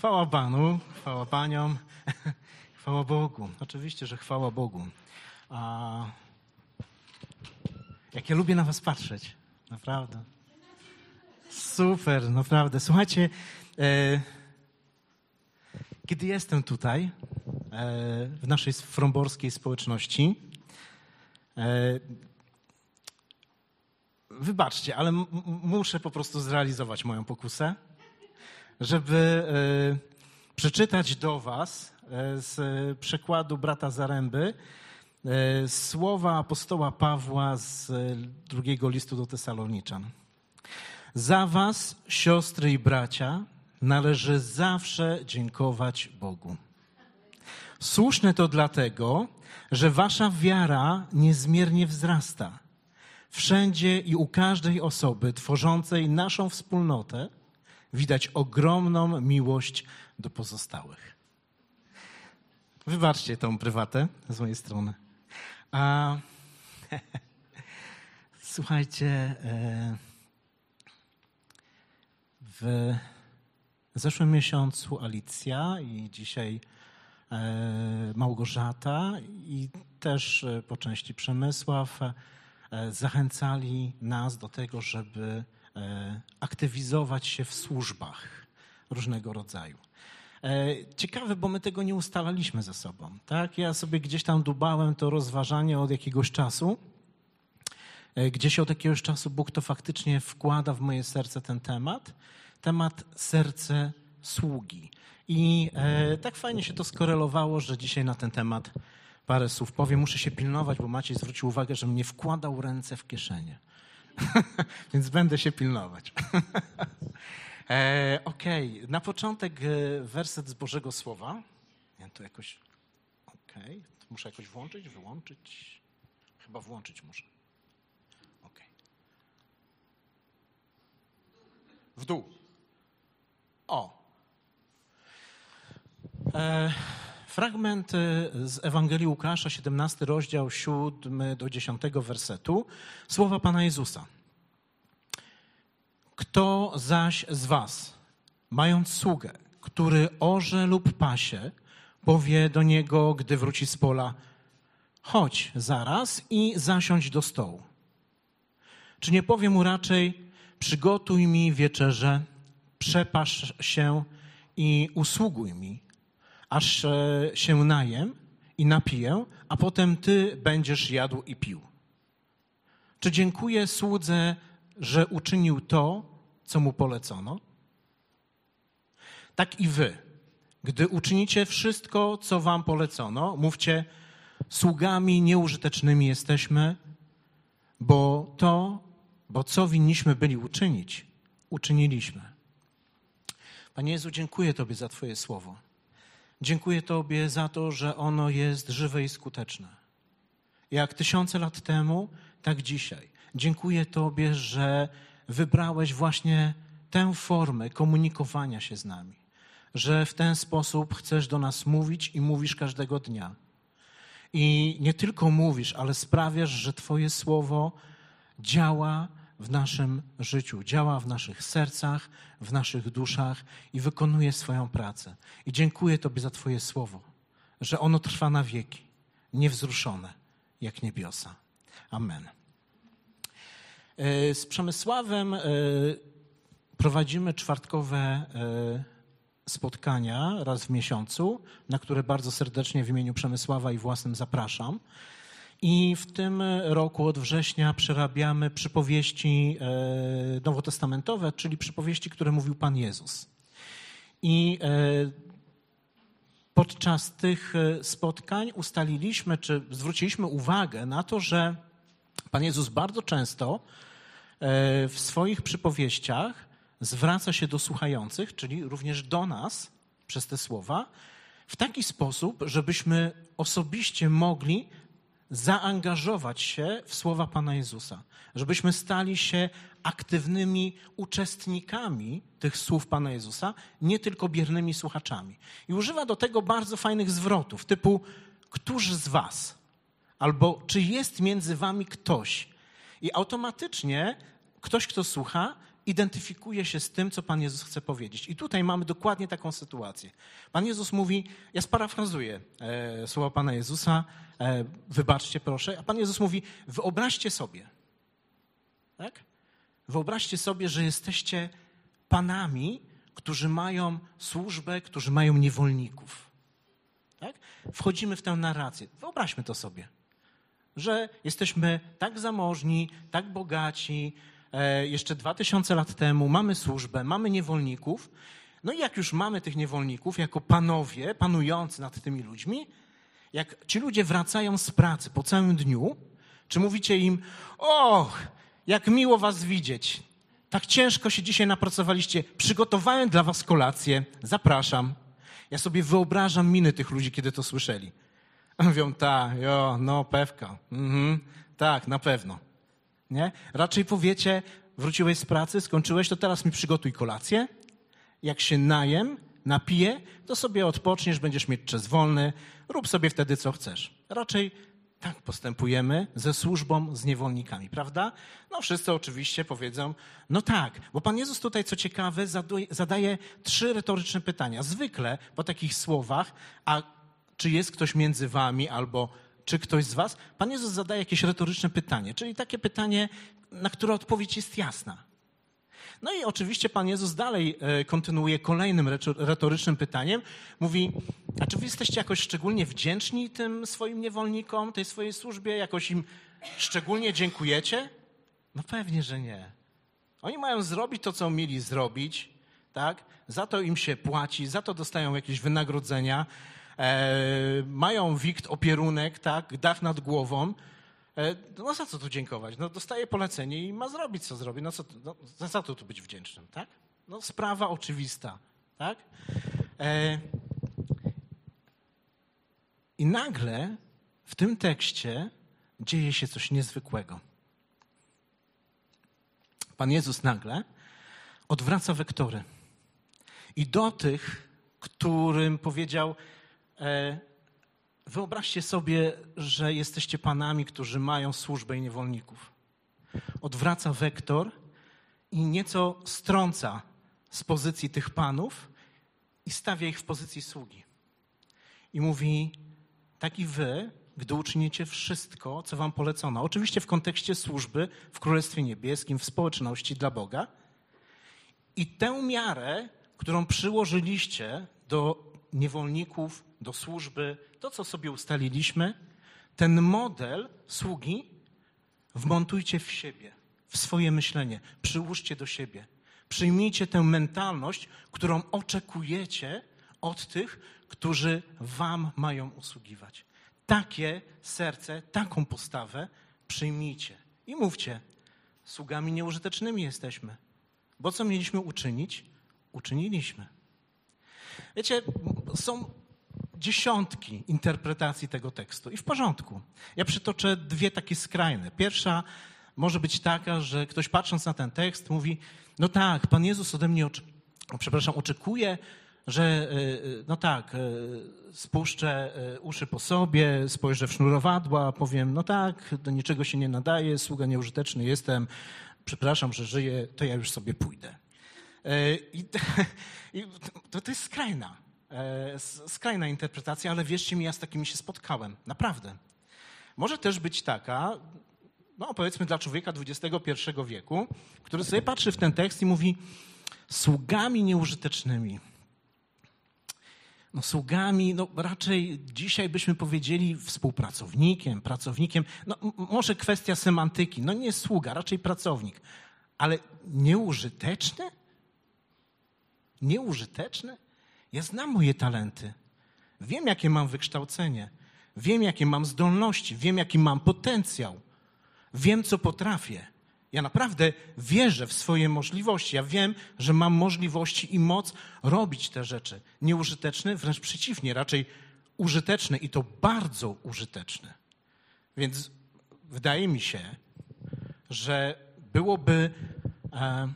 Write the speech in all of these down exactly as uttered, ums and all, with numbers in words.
Chwała Panu, chwała Paniom, chwała Bogu. Oczywiście, że chwała Bogu. A... Jak ja lubię na was patrzeć. Naprawdę. Super, naprawdę. Słuchajcie, e... kiedy jestem tutaj, e... w naszej fromborskiej społeczności, e... wybaczcie, ale m- muszę po prostu zrealizować moją pokusę, żeby e, przeczytać do was e, z przekładu brata Zaręby e, słowa apostoła Pawła z e, drugiego listu do Tesaloniczan. Za was, siostry i bracia, należy zawsze dziękować Bogu. Słuszne to dlatego, że wasza wiara niezmiernie wzrasta. Wszędzie i u każdej osoby tworzącej naszą wspólnotę widać ogromną miłość do pozostałych. Wybaczcie tą prywatę z mojej strony. A, słuchajcie, w zeszłym miesiącu Alicja i dzisiaj Małgorzata i też po części Przemysław zachęcali nas do tego, żeby aktywizować się w służbach różnego rodzaju. Ciekawe, bo my tego nie ustalaliśmy ze sobą. Tak? Ja sobie gdzieś tam dubałem to rozważanie od jakiegoś czasu. Gdzieś od jakiegoś czasu Bóg to faktycznie wkłada w moje serce ten temat. Temat serce sługi. I e, tak fajnie się to skorelowało, że dzisiaj na ten temat parę słów powiem. Muszę się pilnować, bo Maciej zwrócił uwagę, żebym nie wkładał ręce w kieszenie. Więc będę się pilnować. e, Okej, okay. Na początek werset z Bożego Słowa. Ja to jakoś... Okej, okay. Muszę jakoś włączyć, wyłączyć. Chyba włączyć muszę. Okej. Okay. W dół. O. E, fragment z Ewangelii Łukasza, siedemnasty rozdział, siódmy do dziesiątego wersetu. Słowa Pana Jezusa. Kto zaś z was, mając sługę, który orze lub pasie, powie do niego, gdy wróci z pola, chodź zaraz i zasiądź do stołu. Czy nie powie mu raczej, przygotuj mi wieczerzę, przepasz się i usługuj mi, aż się najem i napiję, a potem ty będziesz jadł i pił. Czy dziękuję słudze, że uczynił to, co mu polecono? Tak i wy, gdy uczynicie wszystko, co wam polecono, mówcie, sługami nieużytecznymi jesteśmy, bo to, bo co winniśmy byli uczynić, uczyniliśmy. Panie Jezu, dziękuję Tobie za Twoje słowo. Dziękuję Tobie za to, że ono jest żywe i skuteczne. Jak tysiące lat temu, tak dzisiaj. Dziękuję Tobie, że wybrałeś właśnie tę formę komunikowania się z nami. Że w ten sposób chcesz do nas mówić i mówisz każdego dnia. I nie tylko mówisz, ale sprawiasz, że Twoje słowo działa w naszym życiu, działa w naszych sercach, w naszych duszach i wykonuje swoją pracę. I dziękuję Tobie za Twoje słowo, że ono trwa na wieki, niewzruszone jak niebiosa. Amen. Z Przemysławem prowadzimy czwartkowe spotkania raz w miesiącu, na które bardzo serdecznie w imieniu Przemysława i własnym zapraszam. I w tym roku od września przerabiamy przypowieści nowotestamentowe, czyli przypowieści, które mówił Pan Jezus. I podczas tych spotkań ustaliliśmy, czy zwróciliśmy uwagę na to, że Pan Jezus bardzo często w swoich przypowieściach zwraca się do słuchających, czyli również do nas przez te słowa, w taki sposób, żebyśmy osobiście mogli zaangażować się w słowa Pana Jezusa. Żebyśmy stali się aktywnymi uczestnikami tych słów Pana Jezusa, nie tylko biernymi słuchaczami. I używa do tego bardzo fajnych zwrotów, typu któż z was? Albo czy jest między wami ktoś? I automatycznie ktoś, kto słucha, identyfikuje się z tym, co Pan Jezus chce powiedzieć. I tutaj mamy dokładnie taką sytuację. Pan Jezus mówi, ja sparafrazuję e, słowa Pana Jezusa, e, wybaczcie proszę, a Pan Jezus mówi, wyobraźcie sobie, tak? Wyobraźcie sobie, że jesteście panami, którzy mają służbę, którzy mają niewolników. Tak? Wchodzimy w tę narrację. Wyobraźmy to sobie, że jesteśmy tak zamożni, tak bogaci, e, jeszcze dwa tysiące lat temu mamy służbę, mamy niewolników. No i jak już mamy tych niewolników jako panowie panujący nad tymi ludźmi, jak ci ludzie wracają z pracy po całym dniu, czy mówicie im, och, jak miło was widzieć, tak ciężko się dzisiaj napracowaliście, przygotowałem dla was kolację, zapraszam. Ja sobie wyobrażam miny tych ludzi, kiedy to słyszeli. Mówią, tak, jo, no pewka, mhm, tak, na pewno. Nie? Raczej powiecie, wróciłeś z pracy, skończyłeś, to teraz mi przygotuj kolację. Jak się najem, napiję, to sobie odpoczniesz, będziesz mieć czas wolny, rób sobie wtedy, co chcesz. Raczej tak postępujemy ze służbą z niewolnikami, prawda? No wszyscy oczywiście powiedzą, no tak, bo Pan Jezus tutaj, co ciekawe, zadaje trzy retoryczne pytania. Zwykle po takich słowach, a czy jest ktoś między wami albo czy ktoś z was, Pan Jezus zadaje jakieś retoryczne pytanie, czyli takie pytanie, na które odpowiedź jest jasna. No i oczywiście Pan Jezus dalej kontynuuje kolejnym retorycznym pytaniem. Mówi, a czy wy jesteście jakoś szczególnie wdzięczni tym swoim niewolnikom, tej swojej służbie? Jakoś im szczególnie dziękujecie? No pewnie, że nie. Oni mają zrobić to, co mieli zrobić, tak? Za to im się płaci, za to dostają jakieś wynagrodzenia, e, mają wikt, opierunek, tak? Dach nad głową. No za co tu dziękować? No dostaje polecenie i ma zrobić, co zrobi. No, co, no za co tu być wdzięcznym, tak? No sprawa oczywista, tak? E... I nagle w tym tekście dzieje się coś niezwykłego. Pan Jezus nagle odwraca wektory. I do tych, którym powiedział... E... Wyobraźcie sobie, że jesteście panami, którzy mają służbę i niewolników. Odwraca wektor i nieco strąca z pozycji tych panów i stawia ich w pozycji sługi. I mówi, tak i wy, gdy uczynicie wszystko, co wam polecono. Oczywiście w kontekście służby w Królestwie Niebieskim, w społeczności dla Boga. I tę miarę, którą przyłożyliście do niewolników, do służby, to, co sobie ustaliliśmy, ten model sługi wmontujcie w siebie, w swoje myślenie, przyłóżcie do siebie. Przyjmijcie tę mentalność, którą oczekujecie od tych, którzy wam mają usługiwać. Takie serce, taką postawę przyjmijcie i mówcie, sługami nieużytecznymi jesteśmy, bo co mieliśmy uczynić? Uczyniliśmy. Wiecie, są dziesiątki interpretacji tego tekstu i w porządku. Ja przytoczę dwie takie skrajne. Pierwsza może być taka, że ktoś patrząc na ten tekst mówi, no tak, Pan Jezus ode mnie, oczy... przepraszam, oczekuje, że no tak, spuszczę uszy po sobie, spojrzę w sznurowadła, powiem, no tak, do niczego się nie nadaje, sługa nieużyteczny jestem, przepraszam, że żyję, to ja już sobie pójdę. I, i to, to jest skrajna, skrajna interpretacja, ale wierzcie mi, ja z takimi się spotkałem, naprawdę. Może też być taka, no powiedzmy dla człowieka dwudziestego pierwszego wieku, który sobie patrzy w ten tekst i mówi, sługami nieużytecznymi. No sługami, no raczej dzisiaj byśmy powiedzieli współpracownikiem, pracownikiem. No m- może kwestia semantyki, no nie sługa, raczej pracownik. Ale nieużyteczny? Nieużyteczny? Ja znam moje talenty. Wiem, jakie mam wykształcenie. Wiem, jakie mam zdolności. Wiem, jaki mam potencjał. Wiem, co potrafię. Ja naprawdę wierzę w swoje możliwości. Ja wiem, że mam możliwości i moc robić te rzeczy. Nieużyteczny, wręcz przeciwnie, raczej użyteczny i to bardzo użyteczny. Więc wydaje mi się, że byłoby e,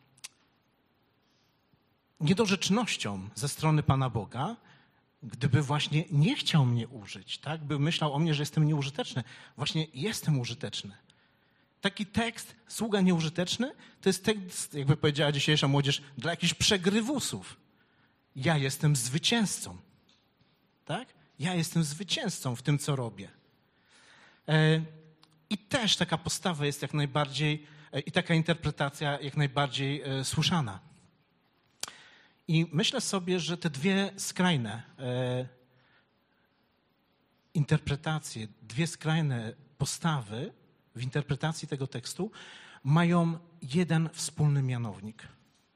niedorzecznością ze strony Pana Boga, gdyby właśnie nie chciał mnie użyć, tak? By myślał o mnie, że jestem nieużyteczny. Właśnie jestem użyteczny. Taki tekst, sługa nieużyteczny, to jest tekst, jakby powiedziała dzisiejsza młodzież, dla jakichś przegrywusów. Ja jestem zwycięzcą. Tak? Ja jestem zwycięzcą w tym, co robię. I też taka postawa jest jak najbardziej, i taka interpretacja jak najbardziej słyszana. I myślę sobie, że te dwie skrajne interpretacje, dwie skrajne postawy w interpretacji tego tekstu mają jeden wspólny mianownik.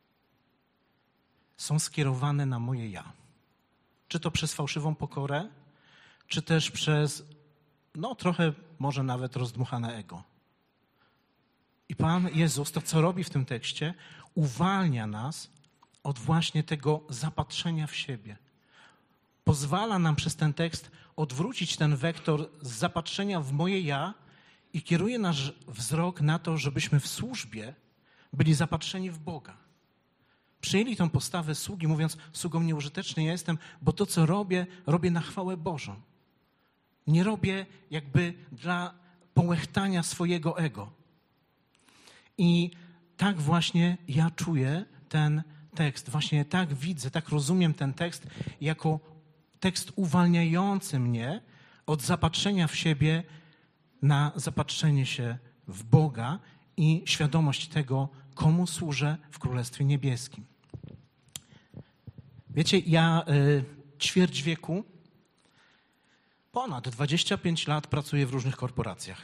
Są skierowane na moje ja. Czy to przez fałszywą pokorę, czy też przez, no trochę może nawet rozdmuchane ego. I Pan Jezus, to co robi w tym tekście, uwalnia nas od właśnie tego zapatrzenia w siebie. Pozwala nam przez ten tekst odwrócić ten wektor z zapatrzenia w moje ja i kieruje nasz wzrok na to, żebyśmy w służbie byli zapatrzeni w Boga. Przyjęli tą postawę sługi, mówiąc, sługą nieużyteczny ja jestem, bo to, co robię, robię na chwałę Bożą. Nie robię jakby dla połechtania swojego ego. I tak właśnie ja czuję ten tekst. Właśnie tak widzę, tak rozumiem ten tekst jako tekst uwalniający mnie od zapatrzenia w siebie na zapatrzenie się w Boga i świadomość tego, komu służę w Królestwie Niebieskim. Wiecie, ja y, ćwierć wieku, ponad dwadzieścia pięć lat pracuję w różnych korporacjach.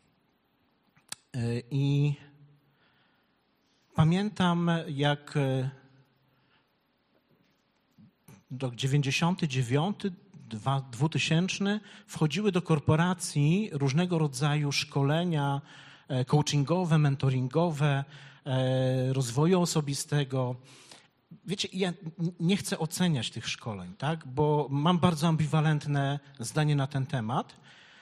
Y, I pamiętam, jak y, rok dziewięćdziesiąty dziewiąty, dwutysięczny wchodziły do korporacji różnego rodzaju szkolenia coachingowe, mentoringowe, rozwoju osobistego. Wiecie, ja nie chcę oceniać tych szkoleń, tak? Bo mam bardzo ambiwalentne zdanie na ten temat.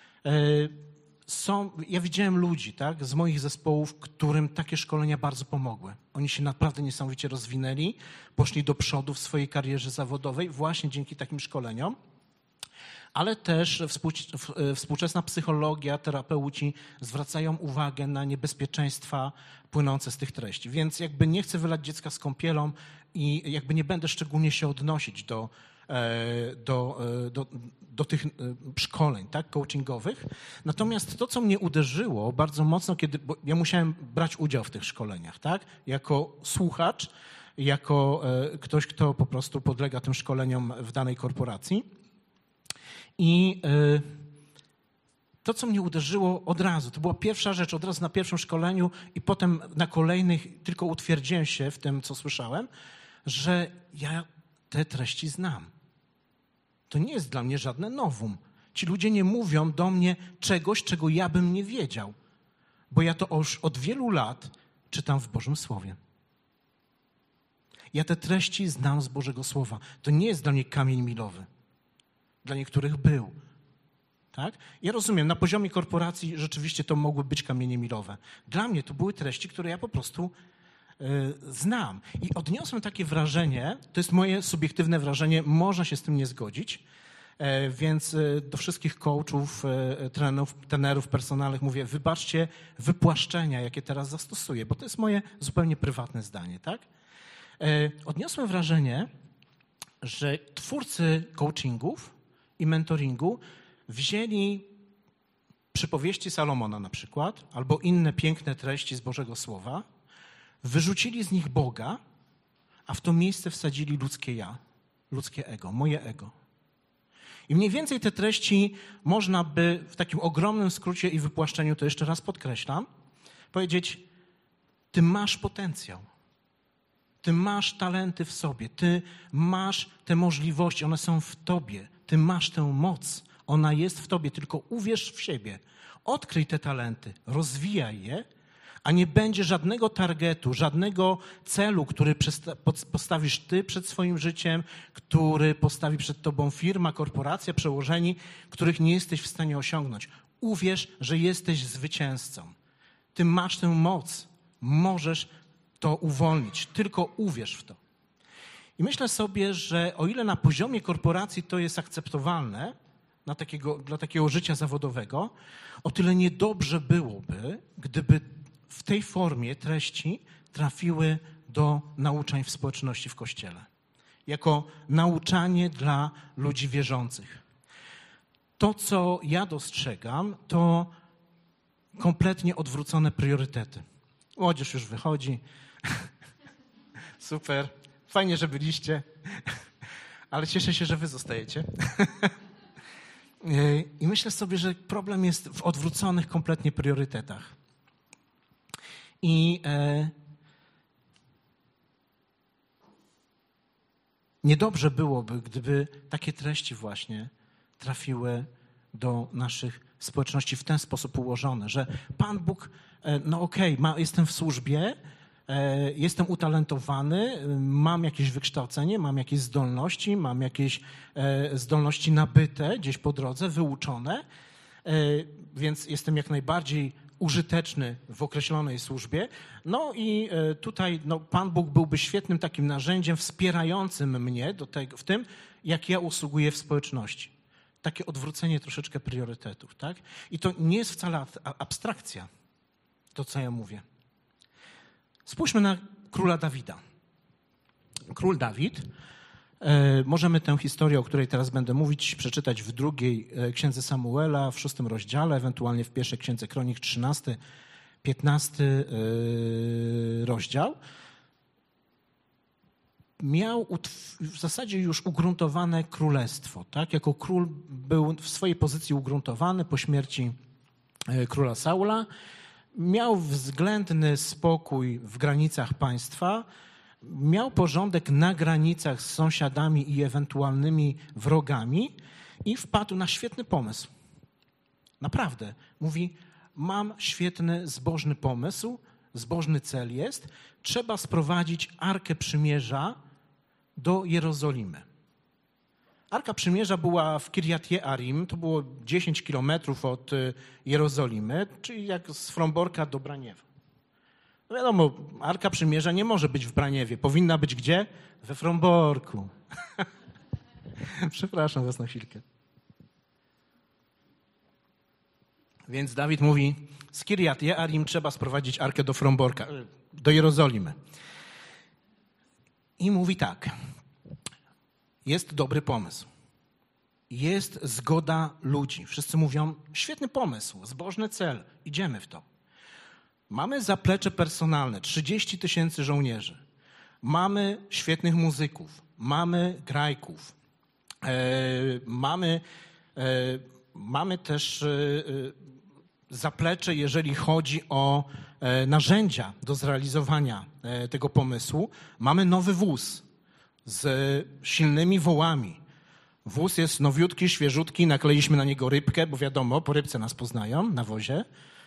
Są, ja widziałem ludzi, tak, z moich zespołów, którym takie szkolenia bardzo pomogły. Oni się naprawdę niesamowicie rozwinęli, poszli do przodu w swojej karierze zawodowej właśnie dzięki takim szkoleniom. Ale też współczesna psychologia, terapeuci zwracają uwagę na niebezpieczeństwa płynące z tych treści. Więc jakby nie chcę wylać dziecka z kąpielą i jakby nie będę szczególnie się odnosić do, do, do, do tych szkoleń, tak, coachingowych. Natomiast to, co mnie uderzyło bardzo mocno, kiedy bo ja musiałem brać udział w tych szkoleniach, tak, jako słuchacz, jako ktoś, kto po prostu podlega tym szkoleniom w danej korporacji. I to, co mnie uderzyło od razu, to była pierwsza rzecz, od razu na pierwszym szkoleniu i potem na kolejnych tylko utwierdziłem się w tym, co słyszałem, że ja te treści znam. To nie jest dla mnie żadne nowum. Ci ludzie nie mówią do mnie czegoś, czego ja bym nie wiedział, bo ja to już od wielu lat czytam w Bożym Słowie. Ja te treści znam z Bożego Słowa. To nie jest dla mnie kamień milowy. Dla niektórych był. Tak? Ja rozumiem, na poziomie korporacji rzeczywiście to mogły być kamienie milowe. Dla mnie to były treści, które ja po prostu y, znam. I odniosłem takie wrażenie, to jest moje subiektywne wrażenie, można się z tym nie zgodzić, y, więc y, do wszystkich coachów, y, trenerów, trenerów personalnych mówię, wybaczcie wypłaszczenia, jakie teraz zastosuję, bo to jest moje zupełnie prywatne zdanie. Tak? Y, odniosłem wrażenie, że twórcy coachingów i mentoringu wzięli przypowieści Salomona na przykład, albo inne piękne treści z Bożego Słowa, wyrzucili z nich Boga, a w to miejsce wsadzili ludzkie ja, ludzkie ego, moje ego. I mniej więcej te treści można by w takim ogromnym skrócie i wypłaszczeniu, to jeszcze raz podkreślam, powiedzieć, ty masz potencjał. Ty masz talenty w sobie, ty masz te możliwości, one są w tobie. Ty masz tę moc, ona jest w tobie, tylko uwierz w siebie. Odkryj te talenty, rozwijaj je, a nie będzie żadnego targetu, żadnego celu, który postawisz ty przed swoim życiem, który postawi przed tobą firma, korporacja, przełożeni, których nie jesteś w stanie osiągnąć. Uwierz, że jesteś zwycięzcą. Ty masz tę moc, możesz to uwolnić, tylko uwierz w to. I myślę sobie, że o ile na poziomie korporacji to jest akceptowalne, na takiego, dla takiego życia zawodowego, o tyle niedobrze byłoby, gdyby w tej formie treści trafiły do nauczań w społeczności w Kościele. Jako nauczanie dla ludzi wierzących. To, co ja dostrzegam, to kompletnie odwrócone priorytety. Młodzież już wychodzi. Super. Fajnie, że byliście. Ale cieszę się, że wy zostajecie. I myślę sobie, że problem jest w odwróconych kompletnie priorytetach. I e, niedobrze byłoby, gdyby takie treści właśnie trafiły do naszych społeczności w ten sposób ułożone, że Pan Bóg, e, no okej, okay, jestem w służbie, e, jestem utalentowany, mam jakieś wykształcenie, mam jakieś zdolności, mam jakieś e, zdolności nabyte gdzieś po drodze, wyuczone, e, więc jestem jak najbardziej użyteczny w określonej służbie. No i tutaj no, Pan Bóg byłby świetnym takim narzędziem wspierającym mnie do tego, w tym, jak ja usługuję w społeczności. Takie odwrócenie troszeczkę priorytetów, tak? I to nie jest wcale abstrakcja, to co ja mówię. Spójrzmy na króla Dawida. Król Dawid, e, możemy tę historię, o której teraz będę mówić, przeczytać w drugiej księdze Samuela, w szóstym rozdziale, ewentualnie w pierwszej księdze Kronik, trzynasty, piętnasty e, rozdział. Miał w zasadzie już ugruntowane królestwo, tak? Jako król był w swojej pozycji ugruntowany po śmierci króla Saula. Miał względny spokój w granicach państwa, miał porządek na granicach z sąsiadami i ewentualnymi wrogami i wpadł na świetny pomysł. Naprawdę. Mówi, mam świetny, zbożny pomysł, zbożny cel jest, trzeba sprowadzić Arkę Przymierza do Jerozolimy. Arka Przymierza była w Kirjat Jearim, to było dziesięć kilometrów od Jerozolimy, czyli jak z Fromborka do Braniewa. No wiadomo, Arka Przymierza nie może być w Braniewie, powinna być gdzie? We Fromborku. Przepraszam was na chwilkę. Więc Dawid mówi, z Kirjat Jearim trzeba sprowadzić Arkę do Fromborka, do Jerozolimy. I mówi tak, jest dobry pomysł, jest zgoda ludzi. Wszyscy mówią, świetny pomysł, zbożny cel, idziemy w to. Mamy zaplecze personalne, trzydzieści tysięcy żołnierzy, mamy świetnych muzyków, mamy grajków, e, mamy, e, mamy też e, zaplecze, jeżeli chodzi o e, narzędzia do zrealizowania e, tego pomysłu. Mamy nowy wóz z silnymi wołami. Wóz jest nowiutki, świeżutki, nakleiliśmy na niego rybkę, bo wiadomo, po rybce nas poznają na wozie.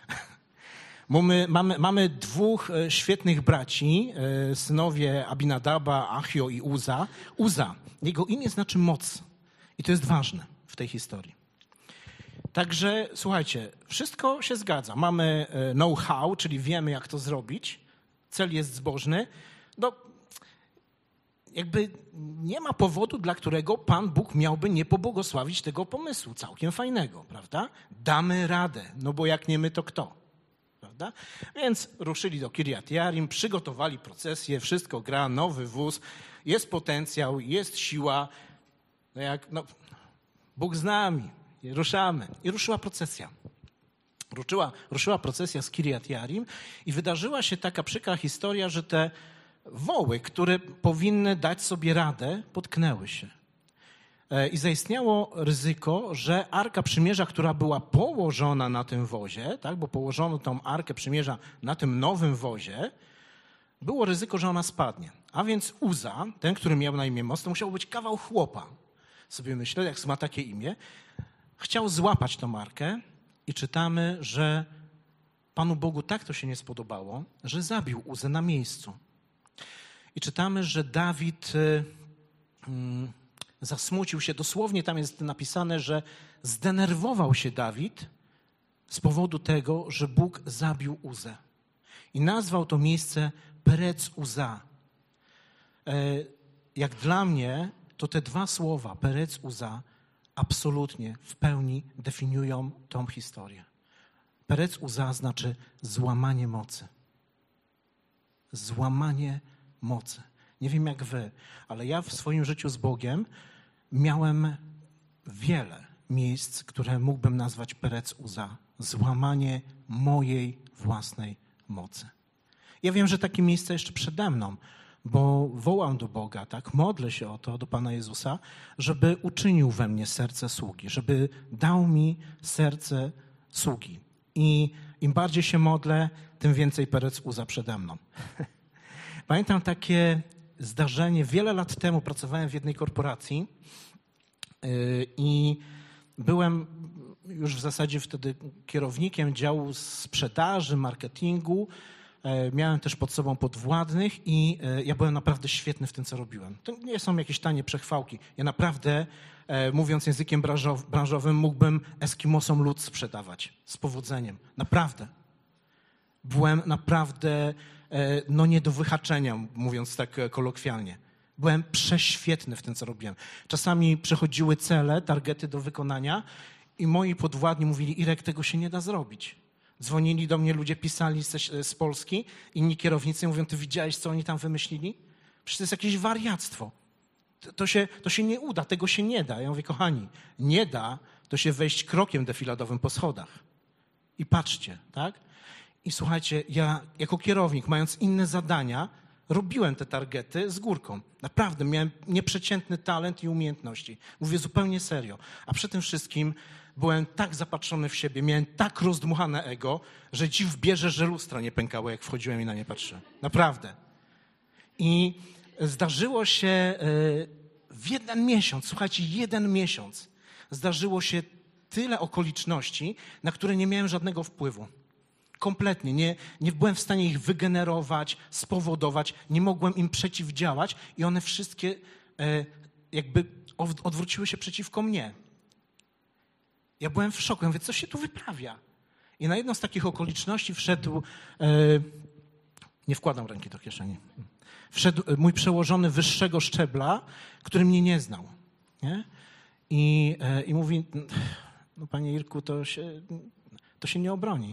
Mamy, mamy, mamy dwóch świetnych braci, e, synowie Abinadaba, Achio i Uza. Uza, jego imię znaczy moc i to jest ważne w tej historii. Także słuchajcie, wszystko się zgadza. Mamy know-how, czyli wiemy, jak to zrobić. Cel jest zbożny. No, jakby nie ma powodu, dla którego Pan Bóg miałby nie pobłogosławić tego pomysłu. Całkiem fajnego, prawda? Damy radę, no bo jak nie my, to kto? Prawda? Więc ruszyli do Kirjat Jearim, przygotowali procesję, wszystko gra, nowy wóz, jest potencjał, jest siła. No jak, no, Bóg z nami. I ruszamy. I ruszyła procesja. Ruszyła, ruszyła procesja z Kirjat Jearim i wydarzyła się taka przykra historia, że te woły, które powinny dać sobie radę, potknęły się. I zaistniało ryzyko, że Arka Przymierza, która była położona na tym wozie, tak, bo położono tą Arkę Przymierza na tym nowym wozie, było ryzyko, że ona spadnie. A więc Uza, ten, który miał na imię Moc, to musiał być kawał chłopa. Sobie myślę, jak ma takie imię. Chciał złapać tą Arkę i czytamy, że Panu Bogu tak to się nie spodobało, że zabił Uzę na miejscu. I czytamy, że Dawid y, y, zasmucił się. Dosłownie tam jest napisane, że zdenerwował się Dawid z powodu tego, że Bóg zabił Uzę. I nazwał to miejsce Perec Uza. Y, jak dla mnie, to te dwa słowa, Perec Uza, absolutnie w pełni definiują tą historię. Perec Uza znaczy złamanie mocy. Złamanie mocy. Nie wiem jak wy, ale ja w swoim życiu z Bogiem miałem wiele miejsc, które mógłbym nazwać Perec Uza. Złamanie mojej własnej mocy. Ja wiem, że takie miejsce jeszcze przede mną, bo wołam do Boga, tak, modlę się o to, do Pana Jezusa, żeby uczynił we mnie serce sługi, żeby dał mi serce sługi. I im bardziej się modlę, tym więcej Perec Uza przede mną. Pamiętam takie zdarzenie, wiele lat temu pracowałem w jednej korporacji i byłem już w zasadzie wtedy kierownikiem działu sprzedaży, marketingu. Miałem też pod sobą podwładnych i ja byłem naprawdę świetny w tym, co robiłem. To nie są jakieś tanie przechwałki. Ja naprawdę, mówiąc językiem branżowym, mógłbym Eskimosom lód sprzedawać z powodzeniem. Naprawdę. Byłem naprawdę no nie do wyhaczenia, mówiąc tak kolokwialnie. Byłem prześwietny w tym, co robiłem. Czasami przychodziły cele, targety do wykonania i moi podwładni mówili, Irek, tego się nie da zrobić. Dzwonili do mnie ludzie, pisali z, z Polski, inni kierownicy mówią, ty widziałeś, co oni tam wymyślili? Przecież to jest jakieś wariactwo. To, to, się, to się nie uda, tego się nie da. Ja mówię, kochani, nie da, to się wejść krokiem defiladowym po schodach. I patrzcie, tak? I słuchajcie, ja jako kierownik, mając inne zadania, robiłem te targety z górką. Naprawdę, miałem nieprzeciętny talent i umiejętności. Mówię zupełnie serio. A przy tym wszystkim byłem tak zapatrzony w siebie, miałem tak rozdmuchane ego, że dziw bierze, że lustra nie pękało, jak wchodziłem i na nie patrzyłem. Naprawdę. I zdarzyło się w jeden miesiąc, słuchajcie, jeden miesiąc, zdarzyło się tyle okoliczności, na które nie miałem żadnego wpływu. Kompletnie. Nie, nie byłem w stanie ich wygenerować, spowodować, nie mogłem im przeciwdziałać i one wszystkie e, jakby odwróciły się przeciwko mnie. Ja byłem w szoku. Ja mówię, co się tu wyprawia? I na jedną z takich okoliczności wszedł, e, nie wkładam ręki do kieszeni, wszedł mój przełożony wyższego szczebla, który mnie nie znał. Nie? I, e, I mówi, no panie Irku, to się, to się nie obroni.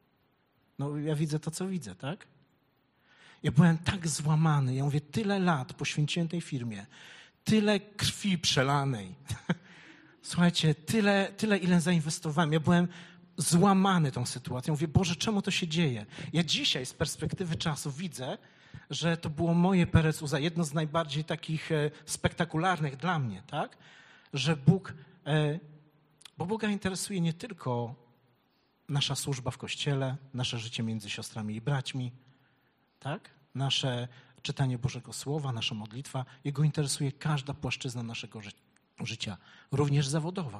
No ja widzę to, co widzę, tak? Ja byłem tak złamany. Ja mówię, tyle lat poświęciłem tej firmie, tyle krwi przelanej. Słuchajcie, tyle, tyle ile zainwestowałem. Ja byłem złamany tą sytuacją. Mówię, Boże, czemu to się dzieje? Ja dzisiaj z perspektywy czasu widzę, że to było moje Perec Uza, jedno z najbardziej takich e, spektakularnych dla mnie, tak? Że Bóg, e, bo Boga interesuje nie tylko nasza służba w Kościele, nasze życie między siostrami i braćmi, tak? Nasze czytanie Bożego Słowa, nasza modlitwa. Jego interesuje każda płaszczyzna naszego ży- życia, również zawodowa.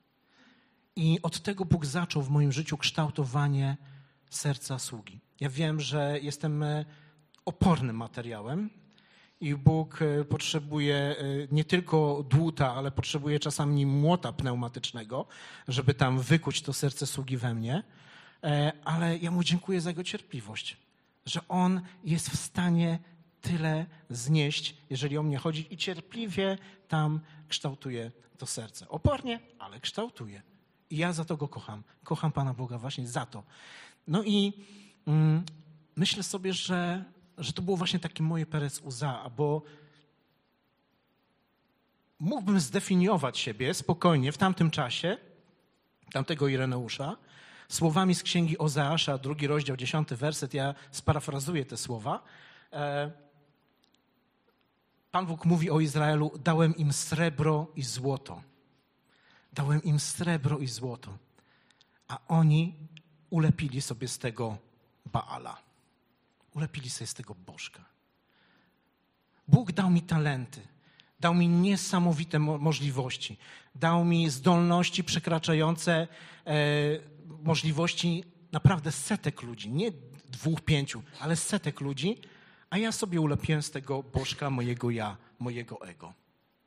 I od tego Bóg zaczął w moim życiu kształtowanie serca sługi. Ja wiem, że jestem opornym materiałem i Bóg potrzebuje nie tylko dłuta, ale potrzebuje czasami młota pneumatycznego, żeby tam wykuć to serce sługi we mnie. Ale ja Mu dziękuję za Jego cierpliwość, że On jest w stanie tyle znieść, jeżeli o mnie chodzi i cierpliwie tam kształtuje to serce. Opornie, ale kształtuje. I ja za to Go kocham. Kocham Pana Boga właśnie za to. No i mm, myślę sobie, że, że to było właśnie takie moje Perec Uza, bo mógłbym zdefiniować siebie spokojnie w tamtym czasie, tamtego Ireneusza, słowami z księgi Ozeasza, drugi rozdział, dziesiąty werset, ja sparafrazuję te słowa. Pan Bóg mówi o Izraelu, dałem im srebro i złoto. Dałem im srebro i złoto, a oni ulepili sobie z tego Baala. Ulepili sobie z tego bożka. Bóg dał mi talenty, dał mi niesamowite mo- możliwości, dał mi zdolności przekraczające e, możliwości naprawdę setek ludzi, nie dwóch, pięciu, ale setek ludzi, a ja sobie ulepiłem z tego bożka mojego ja, mojego ego.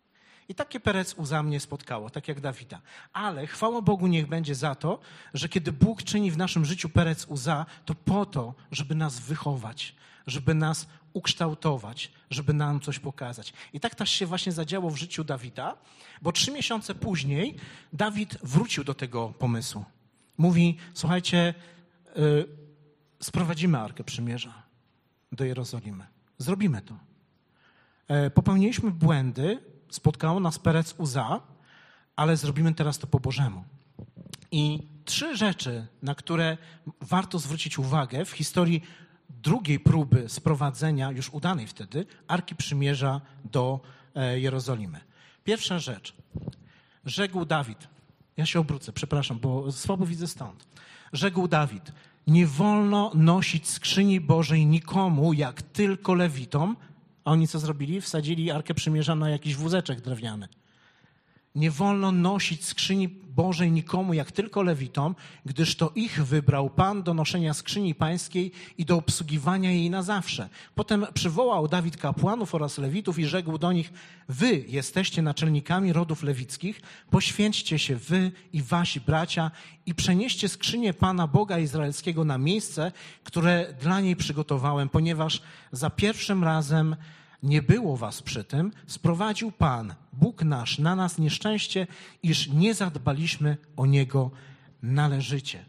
I takie Perec Uza mnie spotkało, tak jak Dawida. Ale chwała Bogu niech będzie za to, że kiedy Bóg czyni w naszym życiu Perec Uza, to po to, żeby nas wychować, żeby nas ukształtować, żeby nam coś pokazać. I tak też się właśnie zadziało w życiu Dawida, bo trzy miesiące później Dawid wrócił do tego pomysłu. Mówi, słuchajcie, yy, sprowadzimy Arkę Przymierza do Jerozolimy. Zrobimy to. Yy, popełniliśmy błędy, spotkało nas Perec Uza, ale zrobimy teraz to po Bożemu. I trzy rzeczy, na które warto zwrócić uwagę w historii drugiej próby sprowadzenia, już udanej wtedy, Arki Przymierza do Jerozolimy. Pierwsza rzecz. Rzekł Dawid, ja się obrócę, przepraszam, bo słabo widzę stąd. Rzekł Dawid, nie wolno nosić skrzyni Bożej nikomu, jak tylko lewitom. A oni co zrobili? Wsadzili Arkę Przymierza na jakiś wózeczek drewniany. Nie wolno nosić skrzyni Bożej nikomu, jak tylko lewitom, gdyż to ich wybrał Pan do noszenia skrzyni pańskiej i do obsługiwania jej na zawsze. Potem przywołał Dawid kapłanów oraz lewitów i rzekł do nich, wy jesteście naczelnikami rodów lewickich, poświęćcie się wy i wasi bracia i przenieście skrzynię Pana Boga Izraelskiego na miejsce, które dla niej przygotowałem, ponieważ za pierwszym razem nie było was przy tym, sprowadził Pan, Bóg nasz, na nas nieszczęście, iż nie zadbaliśmy o Niego należycie.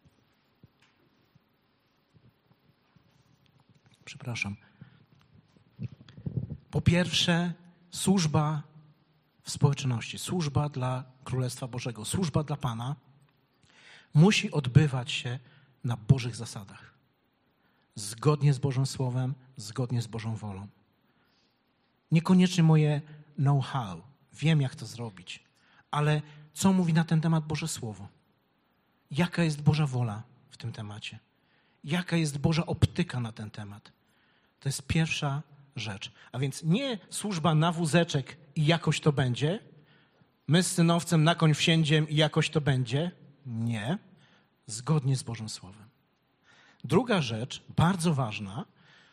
Przepraszam. Po pierwsze, służba w społeczności, służba dla Królestwa Bożego, służba dla Pana musi odbywać się na Bożych zasadach. Zgodnie z Bożym Słowem, zgodnie z Bożą wolą. Niekoniecznie moje know-how, wiem jak to zrobić, ale co mówi na ten temat Boże Słowo? Jaka jest Boża wola w tym temacie? Jaka jest Boża optyka na ten temat? To jest pierwsza rzecz. A więc nie służba na wózeczek i jakoś to będzie, my z synowcem na koń wsiędziem i jakoś to będzie. Nie, zgodnie z Bożym Słowem. Druga rzecz, bardzo ważna.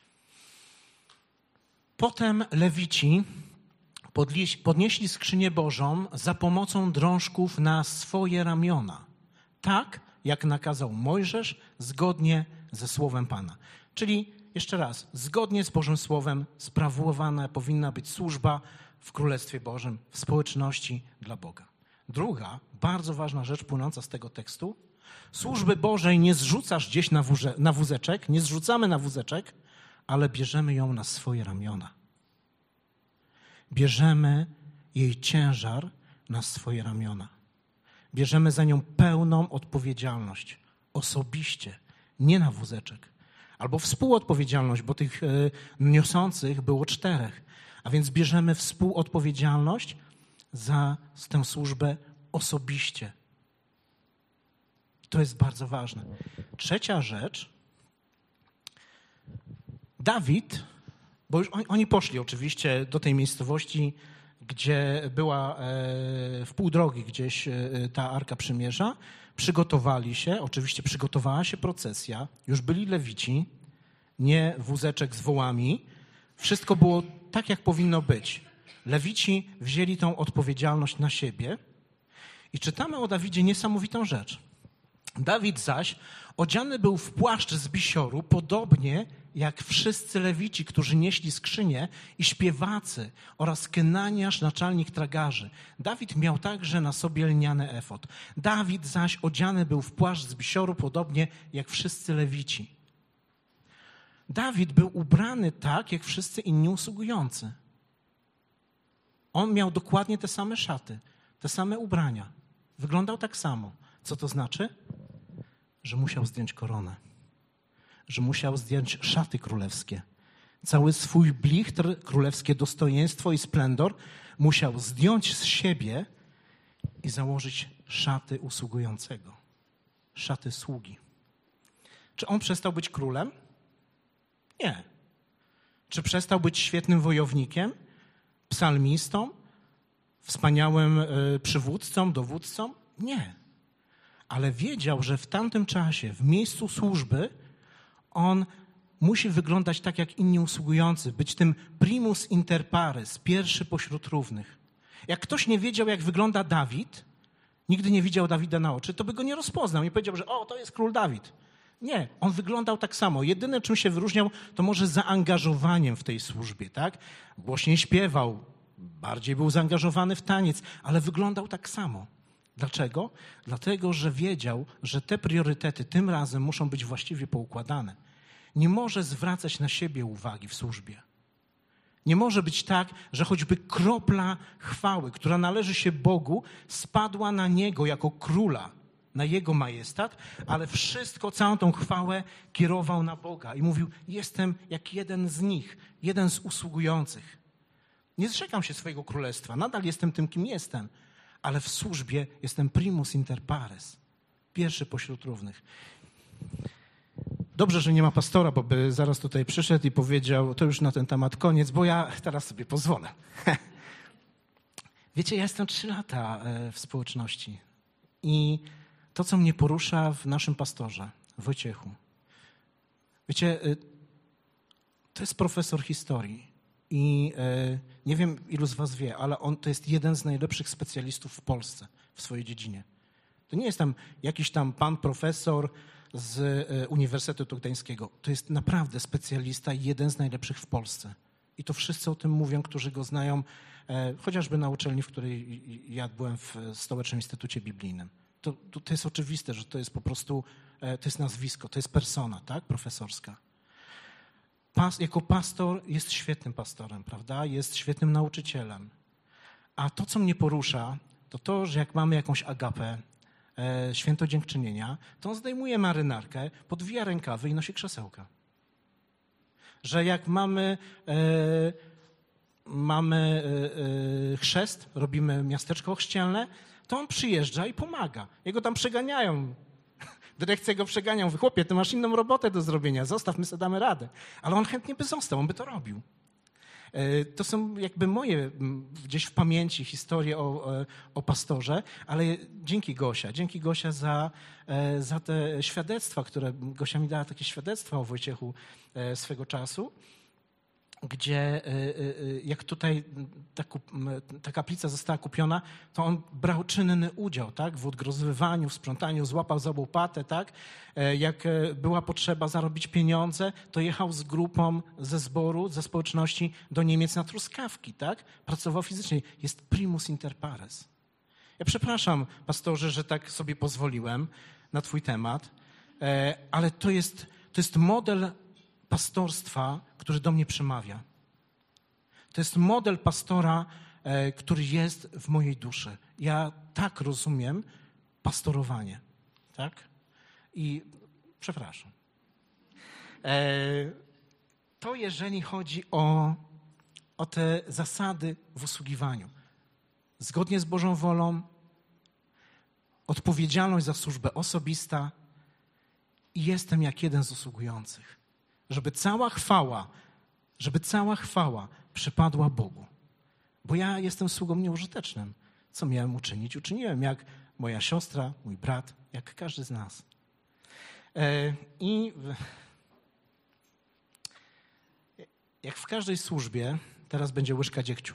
Potem lewici podnieśli skrzynię Bożą za pomocą drążków na swoje ramiona, tak jak nakazał Mojżesz, zgodnie ze Słowem Pana. Czyli jeszcze raz, zgodnie z Bożym Słowem sprawowana powinna być służba w Królestwie Bożym, w społeczności dla Boga. Druga, bardzo ważna rzecz płynąca z tego tekstu, służby Bożej nie zrzucasz gdzieś na, wóze, na wózeczek, nie zrzucamy na wózeczek, ale bierzemy ją na swoje ramiona. Bierzemy jej ciężar na swoje ramiona. Bierzemy za nią pełną odpowiedzialność, osobiście, nie na wózeczek. Albo współodpowiedzialność, bo tych y, niosących było czterech. A więc bierzemy współodpowiedzialność za tę służbę osobiście. To jest bardzo ważne. Trzecia rzecz. Dawid, bo już oni poszli oczywiście do tej miejscowości, gdzie była w pół drogi gdzieś ta Arka Przymierza, przygotowali się, oczywiście przygotowała się procesja, już byli lewici, nie wózeczek z wołami, wszystko było tak, jak powinno być. Lewici wzięli tą odpowiedzialność na siebie i czytamy o Dawidzie niesamowitą rzecz. Dawid zaś odziany był w płaszcz z bisioru, podobnie jak wszyscy lewici, którzy nieśli skrzynię i śpiewacy oraz Kenaniasz, naczelnik tragarzy. Dawid miał także na sobie lniany efod. Dawid zaś odziany był w płaszcz z bisioru, podobnie jak wszyscy lewici. Dawid był ubrany tak, jak wszyscy inni usługujący. On miał dokładnie te same szaty, te same ubrania. Wyglądał tak samo. Co to znaczy? Że musiał zdjąć koronę. Że musiał zdjąć szaty królewskie. Cały swój blichtr, królewskie dostojeństwo i splendor musiał zdjąć z siebie i założyć szaty usługującego. Szaty sługi. Czy on przestał być królem? Nie. Czy przestał być świetnym wojownikiem, psalmistą, wspaniałym przywódcą, dowódcą? Nie. Ale wiedział, że w tamtym czasie, w miejscu służby, on musi wyglądać tak jak inni usługujący, być tym primus inter pares, pierwszy pośród równych. Jak ktoś nie wiedział, jak wygląda Dawid, nigdy nie widział Dawida na oczy, to by go nie rozpoznał. Nie powiedział, że o, to jest król Dawid. Nie, on wyglądał tak samo. Jedyne, czym się wyróżniał, to może zaangażowaniem w tej służbie, tak? Głośniej śpiewał, bardziej był zaangażowany w taniec, ale wyglądał tak samo. Dlaczego? Dlatego, że wiedział, że te priorytety tym razem muszą być właściwie poukładane. Nie może zwracać na siebie uwagi w służbie. Nie może być tak, że choćby kropla chwały, która należy się Bogu, spadła na Niego jako króla, na Jego majestat, ale wszystko, całą tą chwałę kierował na Boga i mówił, jestem jak jeden z nich, jeden z usługujących. Nie zrzekam się swojego królestwa, nadal jestem tym, kim jestem, ale w służbie jestem primus inter pares, pierwszy pośród równych. Dobrze, że nie ma pastora, bo by zaraz tutaj przyszedł i powiedział, to już na ten temat koniec, bo ja teraz sobie pozwolę. Wiecie, ja jestem trzy lata w społeczności i to, co mnie porusza w naszym pastorze, Wojciechu. Wiecie, to jest profesor historii i nie wiem, ilu z was wie, ale on to jest jeden z najlepszych specjalistów w Polsce w swojej dziedzinie. To nie jest tam jakiś tam pan profesor z Uniwersytetu Gdańskiego. To jest naprawdę specjalista, jeden z najlepszych w Polsce. I to wszyscy o tym mówią, którzy go znają, chociażby na uczelni, w której ja byłem w Stołecznym Instytucie Biblijnym. To, to, to jest oczywiste, że to jest po prostu, to jest nazwisko, to jest persona, tak, profesorska. Pas, jako pastor jest świetnym pastorem, prawda? Jest świetnym nauczycielem. A to, co mnie porusza, to to, że jak mamy jakąś agapę, e, święto dziękczynienia, to on zdejmuje marynarkę, podwija rękawy i nosi krzesełka. Że jak mamy, e, mamy e, e, chrzest, robimy miasteczko chrzcielne, to on przyjeżdża i pomaga. Jego tam przeganiają. Dyrekcja go przeganiał. Wy, chłopie, ty masz inną robotę do zrobienia. Zostaw, my sobie damy radę. Ale on chętnie by został, on by to robił. To są jakby moje gdzieś w pamięci historie o, o pastorze, ale dzięki Gosia, dzięki Gosia za, za te świadectwa, które Gosia mi dała takie świadectwa o Wojciechu swego czasu, gdzie jak tutaj ta, ta kaplica została kupiona, to on brał czynny udział, tak, w odgrozowywaniu, w sprzątaniu, złapał za łopatę, tak. Jak była potrzeba zarobić pieniądze, to jechał z grupą ze zboru, ze społeczności do Niemiec na truskawki, tak. Pracował fizycznie. Jest primus inter pares. Ja przepraszam, pastorze, że tak sobie pozwoliłem na twój temat, ale to jest, to jest model pastorstwa, który do mnie przemawia. To jest model pastora, e, który jest w mojej duszy. Ja tak rozumiem pastorowanie. Tak? I przepraszam. E, to jeżeli chodzi o, o te zasady w usługiwaniu. Zgodnie z Bożą wolą, odpowiedzialność za służbę osobista i jestem jak jeden z usługujących. Żeby cała chwała, żeby cała chwała przypadła Bogu. Bo ja jestem sługą nieużytecznym. Co miałem uczynić? Uczyniłem jak moja siostra, mój brat, jak każdy z nas. I jak w każdej służbie, teraz będzie łyżka dziegciu.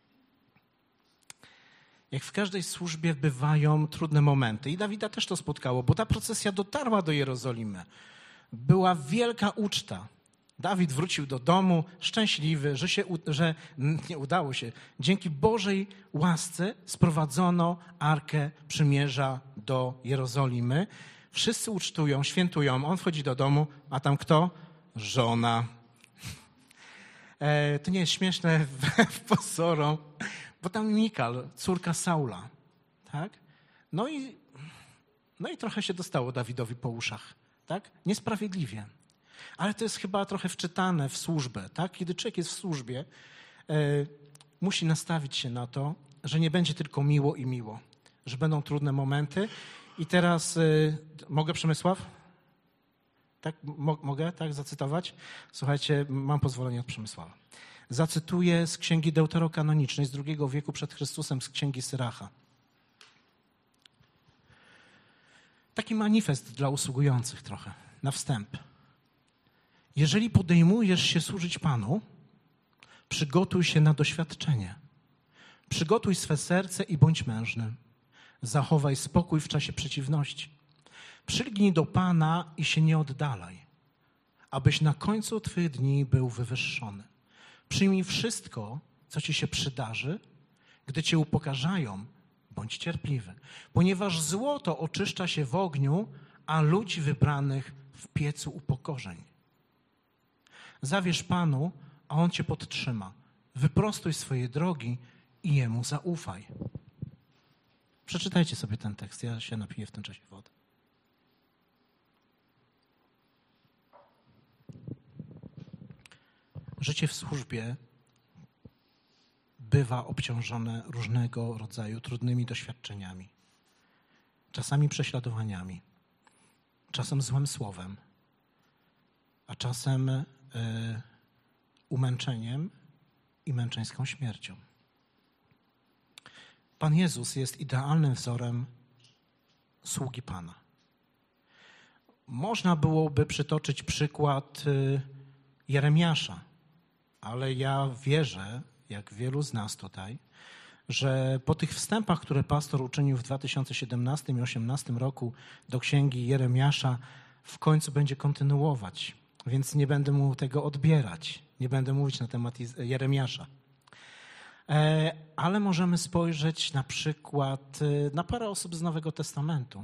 Jak w każdej służbie bywają trudne momenty. I Dawida też to spotkało, bo ta procesja dotarła do Jerozolimy. Była wielka uczta. Dawid wrócił do domu szczęśliwy, że się, że nie udało się. Dzięki Bożej łasce sprowadzono Arkę Przymierza do Jerozolimy. Wszyscy ucztują, świętują. On wchodzi do domu, a tam kto? Żona. E, to nie jest śmieszne w pozorom, bo tam Mikal, córka Saula. Tak? No i, no i trochę się dostało Dawidowi po uszach. Tak? Niesprawiedliwie. Ale to jest chyba trochę wczytane w służbę. Tak? Kiedy człowiek jest w służbie, e, musi nastawić się na to, że nie będzie tylko miło i miło. Że będą trudne momenty. I teraz e, mogę, Przemysław? Tak, mo- mogę tak zacytować? Słuchajcie, mam pozwolenie od Przemysława. Zacytuję z Księgi Deuterokanonicznej z drugiego wieku przed Chrystusem, z Księgi Syracha. Taki manifest dla usługujących trochę, na wstęp. Jeżeli podejmujesz się służyć Panu, przygotuj się na doświadczenie. Przygotuj swe serce i bądź mężny. Zachowaj spokój w czasie przeciwności. Przylgnij do Pana i się nie oddalaj, abyś na końcu twych dni był wywyższony. Przyjmij wszystko, co ci się przydarzy, gdy cię upokarzają, bądź cierpliwy, ponieważ złoto oczyszcza się w ogniu, a ludzi wybranych w piecu upokorzeń. Zawierz Panu, a On cię podtrzyma. Wyprostuj swoje drogi i Jemu zaufaj. Przeczytajcie sobie ten tekst, ja się napiję w tym czasie wody. Życie w służbie bywa obciążone różnego rodzaju trudnymi doświadczeniami, czasami prześladowaniami, czasem złym słowem, a czasem y, umęczeniem i męczeńską śmiercią. Pan Jezus jest idealnym wzorem sługi Pana. Można byłoby przytoczyć przykład y, Jeremiasza, ale ja wierzę, jak wielu z nas tutaj, że po tych wstępach, które pastor uczynił w dwa tysiące siedemnastym i dwa tysiące osiemnastym roku do księgi Jeremiasza, w końcu będzie kontynuować. Więc nie będę mu tego odbierać. Nie będę mówić na temat Jeremiasza. Ale możemy spojrzeć na przykład na parę osób z Nowego Testamentu.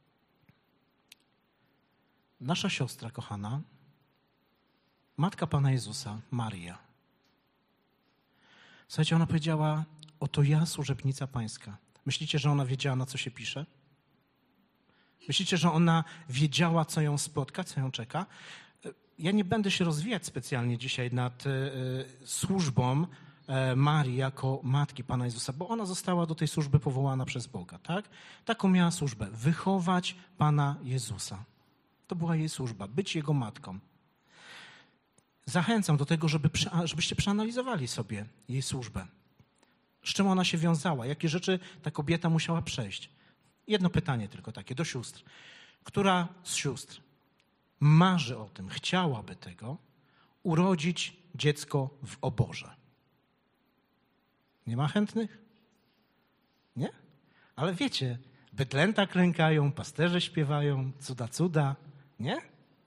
Nasza siostra kochana, matka Pana Jezusa, Maria. Słuchajcie, ona powiedziała, oto ja, służebnica Pańska. Myślicie, że ona wiedziała, na co się pisze? Myślicie, że ona wiedziała, co ją spotka, co ją czeka? Ja nie będę się rozwijać specjalnie dzisiaj nad y, służbą y, Marii jako matki Pana Jezusa, bo ona została do tej służby powołana przez Boga, tak? Taką miała służbę, wychować Pana Jezusa. To była jej służba, być Jego matką. Zachęcam do tego, żeby, żebyście przeanalizowali sobie jej służbę. Z czym ona się wiązała? Jakie rzeczy ta kobieta musiała przejść? Jedno pytanie tylko takie do sióstr. Która z sióstr marzy o tym, chciałaby tego, urodzić dziecko w oborze? Nie ma chętnych? Nie? Ale wiecie, bydlęta klękają, pasterze śpiewają, cuda, cuda. Nie?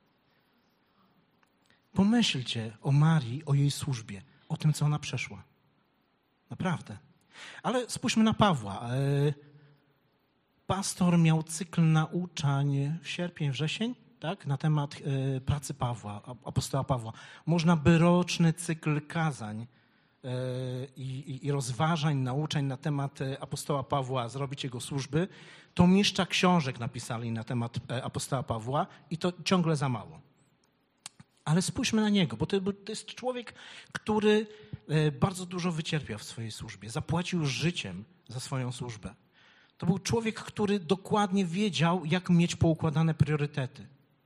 Pomyślcie o Marii, o jej służbie, o tym, co ona przeszła. Naprawdę. Ale spójrzmy na Pawła. Pastor miał cykl nauczań w sierpień, wrzesień, tak, na temat pracy Pawła, apostoła Pawła. Można by roczny cykl kazań i, i, i rozważań, nauczań na temat apostoła Pawła zrobić jego służby. To mistrza książek napisali na temat apostoła Pawła i to ciągle za mało. Ale spójrzmy na niego, bo to, to jest człowiek, który bardzo dużo wycierpiał w swojej służbie. Zapłacił życiem za swoją służbę. To był człowiek, który dokładnie wiedział, jak mieć poukładane priorytety.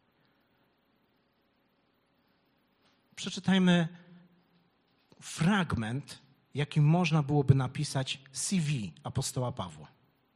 Przeczytajmy fragment, jaki można byłoby napisać C V apostoła Pawła.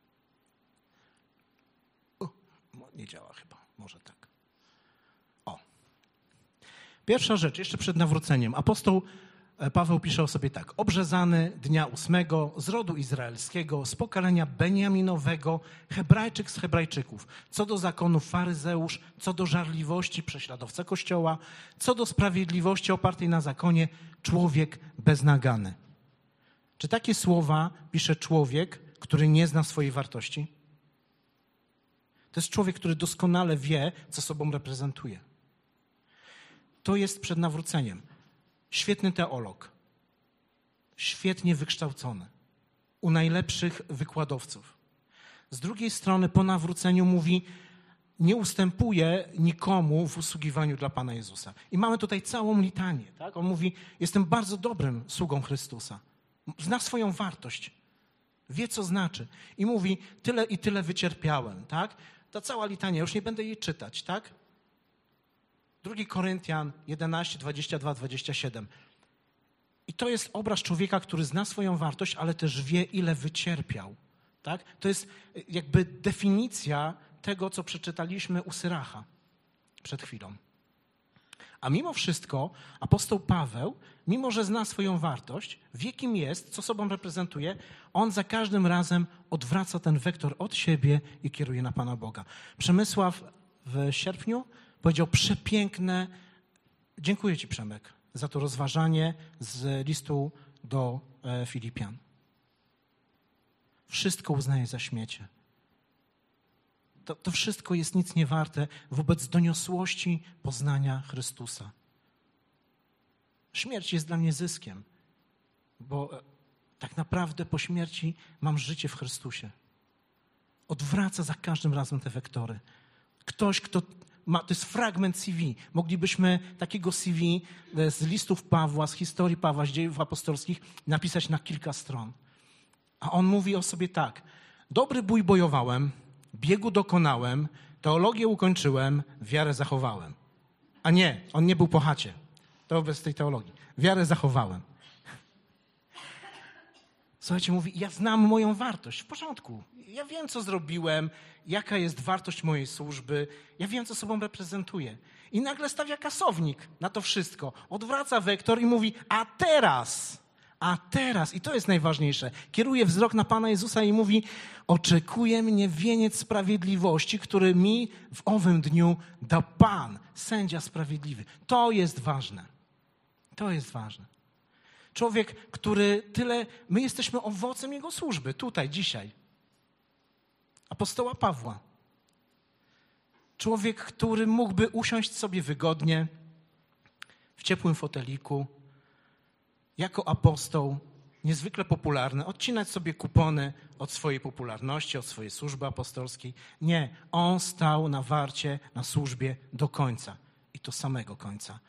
O, nie działa chyba, może tak. O. Pierwsza rzecz, jeszcze przed nawróceniem. Apostoł Paweł pisze o sobie tak. Obrzezany dnia ósmego z rodu izraelskiego, z pokolenia Beniaminowego, Hebrajczyk z Hebrajczyków. Co do zakonu faryzeusz, co do żarliwości prześladowca Kościoła, co do sprawiedliwości opartej na zakonie, człowiek beznagany. Czy takie słowa pisze człowiek, który nie zna swojej wartości? To jest człowiek, który doskonale wie, co sobą reprezentuje. To jest przed nawróceniem. Świetny teolog, świetnie wykształcony, u najlepszych wykładowców. Z drugiej strony po nawróceniu mówi, nie ustępuje nikomu w usługiwaniu dla Pana Jezusa. I mamy tutaj całą litanię. Tak? On mówi, jestem bardzo dobrym sługą Chrystusa. Zna swoją wartość, wie co znaczy. I mówi, tyle i tyle wycierpiałem. Tak? Ta cała litania, już nie będę jej czytać, tak? Drugi Koryntian jedenaście, dwadzieścia dwa, dwadzieścia siedem. I to jest obraz człowieka, który zna swoją wartość, ale też wie, ile wycierpiał. Tak? To jest jakby definicja tego, co przeczytaliśmy u Syracha przed chwilą. A mimo wszystko apostoł Paweł, mimo że zna swoją wartość, wie kim jest, co sobą reprezentuje, on za każdym razem odwraca ten wektor od siebie i kieruje na Pana Boga. Przemysław w sierpniu powiedział przepiękne, dziękuję Ci Przemek za to rozważanie z listu do Filipian. Wszystko uznaję za śmiecie. To, to wszystko jest nic nie warte wobec doniosłości poznania Chrystusa. Śmierć jest dla mnie zyskiem, bo tak naprawdę po śmierci mam życie w Chrystusie. Odwraca za każdym razem te wektory. Ktoś, kto ma, to jest fragment C V. Moglibyśmy takiego C V z listów Pawła, z historii Pawła, z dziejów apostolskich napisać na kilka stron. A on mówi o sobie tak. Dobry bój bojowałem, biegu dokonałem, teologię ukończyłem, wiarę zachowałem. A nie, on nie był po chacie. To bez tej teologii. Wiarę zachowałem. Słuchajcie, mówi, ja znam moją wartość. W porządku. Ja wiem, co zrobiłem, jaka jest wartość mojej służby. Ja wiem, co sobą reprezentuję. I nagle stawia kasownik na to wszystko. Odwraca wektor i mówi, a teraz, a teraz, i to jest najważniejsze, kieruje wzrok na Pana Jezusa i mówi, oczekuje mnie wieniec sprawiedliwości, który mi w owym dniu da Pan, sędzia sprawiedliwy. To jest ważne. To jest ważne. Człowiek, który tyle, my jesteśmy owocem Jego służby, tutaj, dzisiaj. Apostoła Pawła. Człowiek, który mógłby usiąść sobie wygodnie, w ciepłym foteliku, jako apostoł, niezwykle popularny, odcinać sobie kupony od swojej popularności, od swojej służby apostolskiej. Nie, on stał na warcie, na służbie do końca. I to samego końca.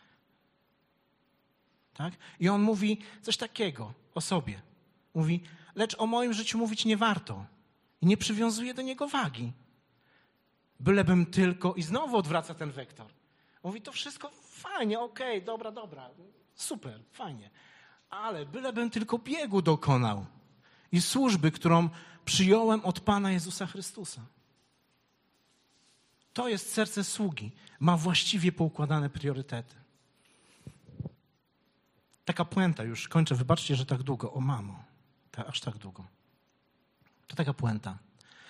Tak? I on mówi coś takiego o sobie. Mówi, lecz o moim życiu mówić nie warto. I nie przywiązuje do niego wagi. Bylebym tylko, i znowu odwraca ten wektor. Mówi, to wszystko fajnie, okej, okay, dobra, dobra, super, fajnie. Ale bylebym tylko biegu dokonał i służby, którą przyjąłem od Pana Jezusa Chrystusa. To jest serce sługi. Ma właściwie poukładane priorytety. Taka puenta, już kończę, wybaczcie, że tak długo. O mamo, ta, aż tak długo. To taka puenta.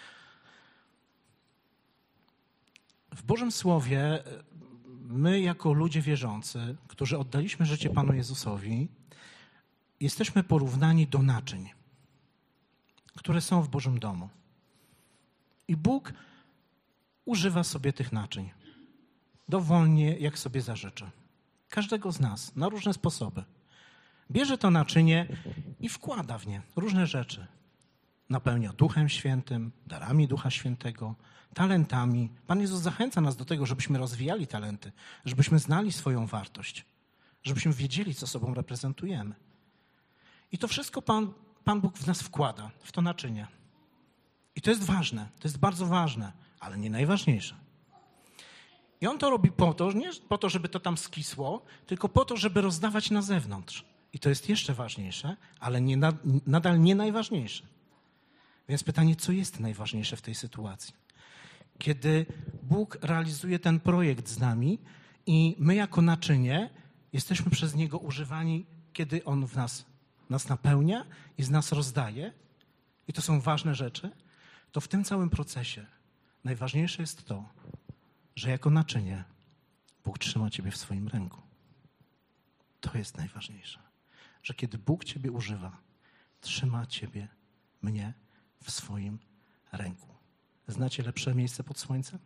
W Bożym Słowie my jako ludzie wierzący, którzy oddaliśmy życie Panu Jezusowi, jesteśmy porównani do naczyń, które są w Bożym domu. I Bóg używa sobie tych naczyń dowolnie, jak sobie zażyczy. Każdego z nas, na różne sposoby. Bierze to naczynie i wkłada w nie różne rzeczy. Napełnia Duchem Świętym, darami Ducha Świętego, talentami. Pan Jezus zachęca nas do tego, żebyśmy rozwijali talenty, żebyśmy znali swoją wartość, żebyśmy wiedzieli, co sobą reprezentujemy. I to wszystko Pan, Pan Bóg w nas wkłada, w to naczynie. I to jest ważne, to jest bardzo ważne, ale nie najważniejsze. I On to robi po to, nie po to, żeby to tam skisło, tylko po to, żeby rozdawać na zewnątrz. I to jest jeszcze ważniejsze, ale nie, nadal nie najważniejsze. Więc pytanie, co jest najważniejsze w tej sytuacji? Kiedy Bóg realizuje ten projekt z nami i my jako naczynie jesteśmy przez Niego używani, kiedy On w nas, nas napełnia i z nas rozdaje, i to są ważne rzeczy, to w tym całym procesie najważniejsze jest to, że jako naczynie Bóg trzyma Ciebie w swoim ręku. To jest najważniejsze. Że kiedy Bóg Ciebie używa, trzyma Ciebie, mnie w swoim ręku. Znacie lepsze miejsce pod słońcem?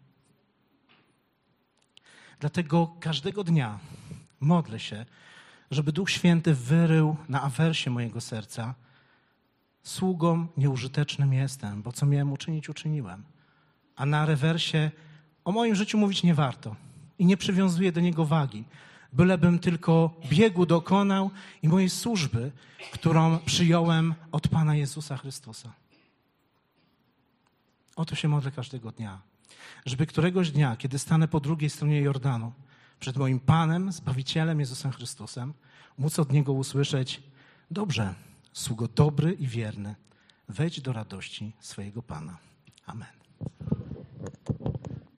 Dlatego każdego dnia modlę się, żeby Duch Święty wyrył na awersie mojego serca: sługą nieużytecznym jestem, bo co miałem uczynić, uczyniłem. A na rewersie o moim życiu mówić nie warto i nie przywiązuję do niego wagi, bylebym tylko biegu dokonał i mojej służby, którą przyjąłem od Pana Jezusa Chrystusa. O to się modlę każdego dnia, żeby któregoś dnia, kiedy stanę po drugiej stronie Jordanu, przed moim Panem, Zbawicielem Jezusem Chrystusem, móc od Niego usłyszeć: dobrze, sługo dobry i wierny, wejdź do radości swojego Pana. Amen.